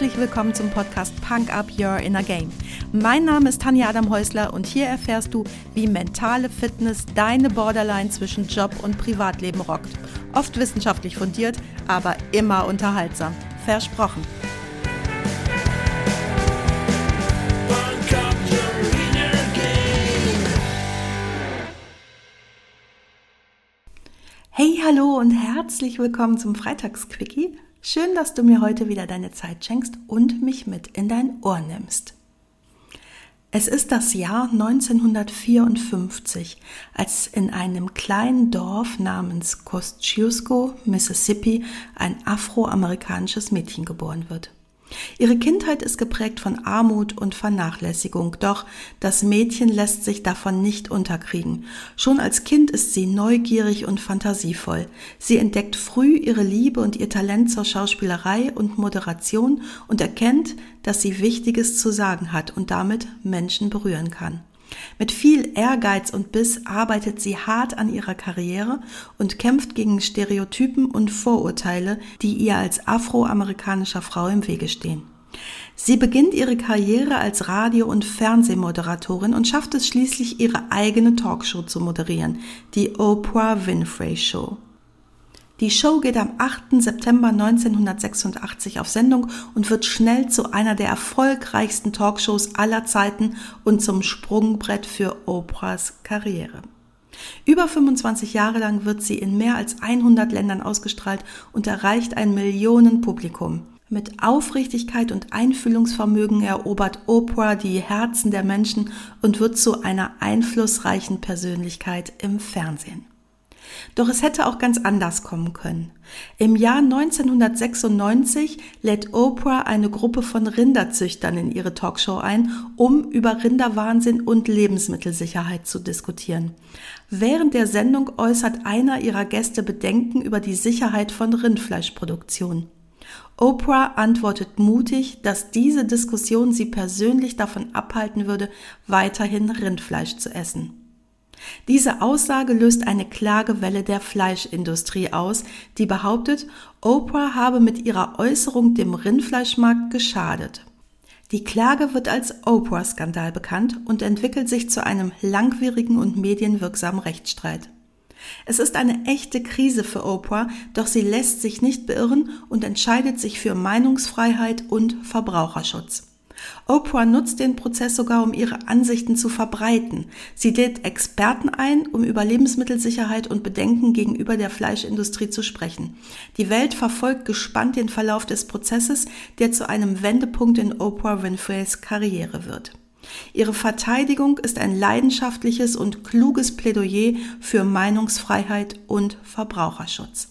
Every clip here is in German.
herzlich willkommen zum Podcast Punk Up Your Inner Game. Mein Name ist Tanja Adam-Häusler und hier erfährst du, wie mentale Fitness deine Borderline zwischen Job und Privatleben rockt. Oft wissenschaftlich fundiert, aber immer unterhaltsam. Versprochen. Hey, hallo und herzlich willkommen zum Freitagsquickie. Schön, dass du mir heute wieder deine Zeit schenkst und mich mit in dein Ohr nimmst. Es ist das Jahr 1954, als in einem kleinen Dorf namens Kosciuszko, Mississippi, ein afroamerikanisches Mädchen geboren wird. Ihre Kindheit ist geprägt von Armut und Vernachlässigung, doch das Mädchen lässt sich davon nicht unterkriegen. Schon als Kind ist sie neugierig und fantasievoll. Sie entdeckt früh ihre Liebe und ihr Talent zur Schauspielerei und Moderation und erkennt, dass sie Wichtiges zu sagen hat und damit Menschen berühren kann. Mit viel Ehrgeiz und Biss arbeitet sie hart an ihrer Karriere und kämpft gegen Stereotypen und Vorurteile, die ihr als afroamerikanischer Frau im Wege stehen. Sie beginnt ihre Karriere als Radio- und Fernsehmoderatorin und schafft es schließlich, ihre eigene Talkshow zu moderieren, die Oprah Winfrey Show. Die Show geht am 8. September 1986 auf Sendung und wird schnell zu einer der erfolgreichsten Talkshows aller Zeiten und zum Sprungbrett für Oprahs Karriere. Über 25 Jahre lang wird sie in mehr als 100 Ländern ausgestrahlt und erreicht ein Millionenpublikum. Mit Aufrichtigkeit und Einfühlungsvermögen erobert Oprah die Herzen der Menschen und wird zu einer einflussreichen Persönlichkeit im Fernsehen. Doch es hätte auch ganz anders kommen können. Im Jahr 1996 lädt Oprah eine Gruppe von Rinderzüchtern in ihre Talkshow ein, um über Rinderwahnsinn und Lebensmittelsicherheit zu diskutieren. Während der Sendung äußert einer ihrer Gäste Bedenken über die Sicherheit von Rindfleischproduktion. Oprah antwortet mutig, dass diese Diskussion sie persönlich davon abhalten würde, weiterhin Rindfleisch zu essen. Diese Aussage löst eine Klagewelle der Fleischindustrie aus, die behauptet, Oprah habe mit ihrer Äußerung dem Rindfleischmarkt geschadet. Die Klage wird als Oprah-Skandal bekannt und entwickelt sich zu einem langwierigen und medienwirksamen Rechtsstreit. Es ist eine echte Krise für Oprah, doch sie lässt sich nicht beirren und entscheidet sich für Meinungsfreiheit und Verbraucherschutz. Oprah nutzt den Prozess sogar, um ihre Ansichten zu verbreiten. Sie lädt Experten ein, um über Lebensmittelsicherheit und Bedenken gegenüber der Fleischindustrie zu sprechen. Die Welt verfolgt gespannt den Verlauf des Prozesses, der zu einem Wendepunkt in Oprah Winfreys Karriere wird. Ihre Verteidigung ist ein leidenschaftliches und kluges Plädoyer für Meinungsfreiheit und Verbraucherschutz.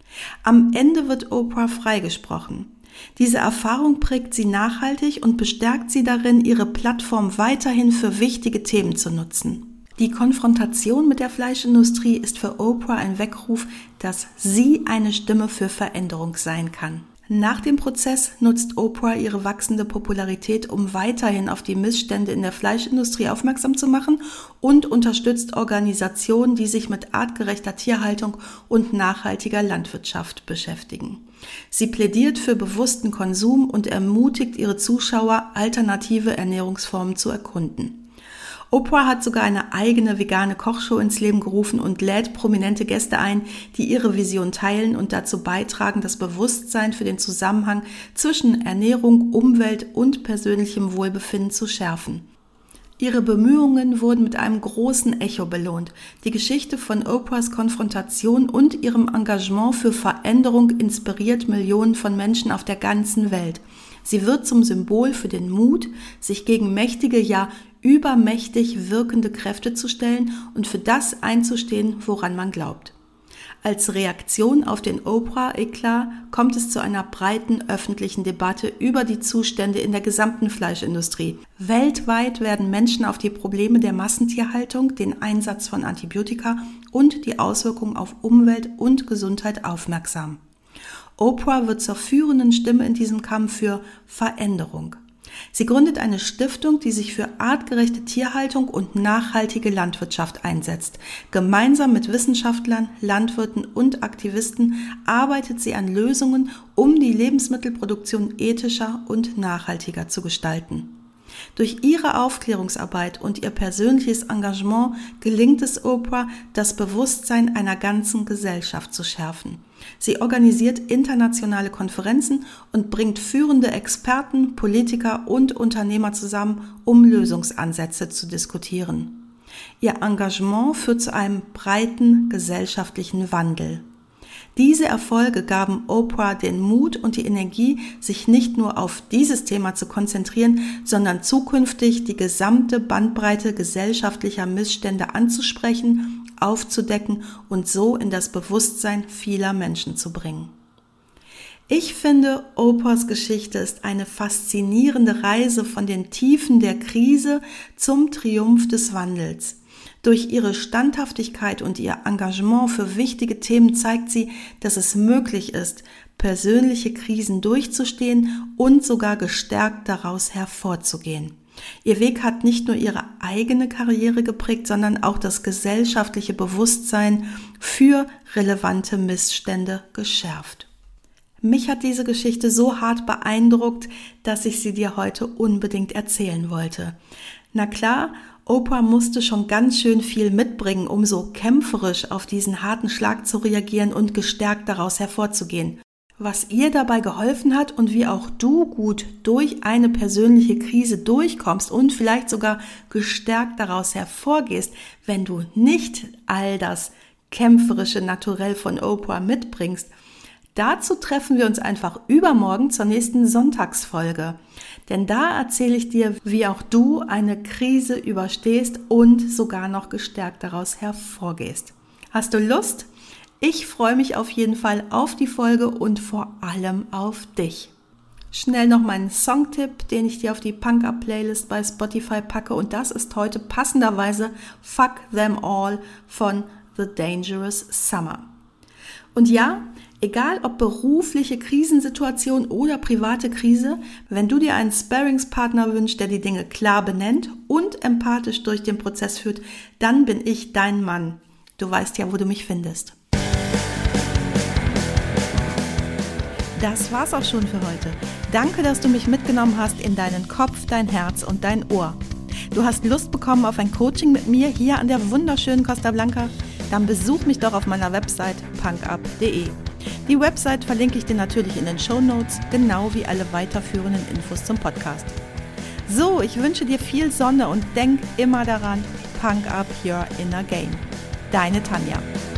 Am Ende wird Oprah freigesprochen. Diese Erfahrung prägt sie nachhaltig und bestärkt sie darin, ihre Plattform weiterhin für wichtige Themen zu nutzen. Die Konfrontation mit der Fleischindustrie ist für Oprah ein Weckruf, dass sie eine Stimme für Veränderung sein kann. Nach dem Prozess nutzt Oprah ihre wachsende Popularität, um weiterhin auf die Missstände in der Fleischindustrie aufmerksam zu machen und unterstützt Organisationen, die sich mit artgerechter Tierhaltung und nachhaltiger Landwirtschaft beschäftigen. Sie plädiert für bewussten Konsum und ermutigt ihre Zuschauer, alternative Ernährungsformen zu erkunden. Oprah hat sogar eine eigene vegane Kochshow ins Leben gerufen und lädt prominente Gäste ein, die ihre Vision teilen und dazu beitragen, das Bewusstsein für den Zusammenhang zwischen Ernährung, Umwelt und persönlichem Wohlbefinden zu schärfen. Ihre Bemühungen wurden mit einem großen Echo belohnt. Die Geschichte von Oprahs Konfrontation und ihrem Engagement für Veränderung inspiriert Millionen von Menschen auf der ganzen Welt. Sie wird zum Symbol für den Mut, sich gegen mächtige, ja übermächtig wirkende Kräfte zu stellen und für das einzustehen, woran man glaubt. Als Reaktion auf den Oprah-Eklat kommt es zu einer breiten öffentlichen Debatte über die Zustände in der gesamten Fleischindustrie. Weltweit werden Menschen auf die Probleme der Massentierhaltung, den Einsatz von Antibiotika und die Auswirkungen auf Umwelt und Gesundheit aufmerksam. Oprah wird zur führenden Stimme in diesem Kampf für Veränderung. Sie gründet eine Stiftung, die sich für artgerechte Tierhaltung und nachhaltige Landwirtschaft einsetzt. Gemeinsam mit Wissenschaftlern, Landwirten und Aktivisten arbeitet sie an Lösungen, um die Lebensmittelproduktion ethischer und nachhaltiger zu gestalten. Durch ihre Aufklärungsarbeit und ihr persönliches Engagement gelingt es Oprah, das Bewusstsein einer ganzen Gesellschaft zu schärfen. Sie organisiert internationale Konferenzen und bringt führende Experten, Politiker und Unternehmer zusammen, um Lösungsansätze zu diskutieren. Ihr Engagement führt zu einem breiten gesellschaftlichen Wandel. Diese Erfolge gaben Oprah den Mut und die Energie, sich nicht nur auf dieses Thema zu konzentrieren, sondern zukünftig die gesamte Bandbreite gesellschaftlicher Missstände anzusprechen, aufzudecken und so in das Bewusstsein vieler Menschen zu bringen. Ich finde, Oprahs Geschichte ist eine faszinierende Reise von den Tiefen der Krise zum Triumph des Wandels. Durch ihre Standhaftigkeit und ihr Engagement für wichtige Themen zeigt sie, dass es möglich ist, persönliche Krisen durchzustehen und sogar gestärkt daraus hervorzugehen. Ihr Weg hat nicht nur ihre eigene Karriere geprägt, sondern auch das gesellschaftliche Bewusstsein für relevante Missstände geschärft. Mich hat diese Geschichte so hart beeindruckt, dass ich sie dir heute unbedingt erzählen wollte. Na klar, Oprah musste schon ganz schön viel mitbringen, um so kämpferisch auf diesen harten Schlag zu reagieren und gestärkt daraus hervorzugehen. Was ihr dabei geholfen hat und wie auch du gut durch eine persönliche Krise durchkommst und vielleicht sogar gestärkt daraus hervorgehst, wenn du nicht all das kämpferische Naturell von Oprah mitbringst. Dazu treffen wir uns einfach übermorgen zur nächsten Sonntagsfolge. Denn da erzähle ich dir, wie auch du eine Krise überstehst und sogar noch gestärkt daraus hervorgehst. Hast du Lust? Ich freue mich auf jeden Fall auf die Folge und vor allem auf dich. Schnell noch meinen Songtipp, den ich dir auf die Punk-Up-Playlist bei Spotify packe, und das ist heute passenderweise Fuck Them All von The Dangerous Summer. Und ja, egal ob berufliche Krisensituation oder private Krise, wenn du dir einen Sparringspartner wünschst, der die Dinge klar benennt und empathisch durch den Prozess führt, dann bin ich dein Mann. Du weißt ja, wo du mich findest. Das war's auch schon für heute. Danke, dass du mich mitgenommen hast in deinen Kopf, dein Herz und dein Ohr. Du hast Lust bekommen auf ein Coaching mit mir hier an der wunderschönen Costa Blanca? Dann besuch mich doch auf meiner Website punkup.de. Die Website verlinke ich dir natürlich in den Shownotes, genau wie alle weiterführenden Infos zum Podcast. So, ich wünsche dir viel Sonne und denk immer daran, Punk up your inner game. Deine Tanja.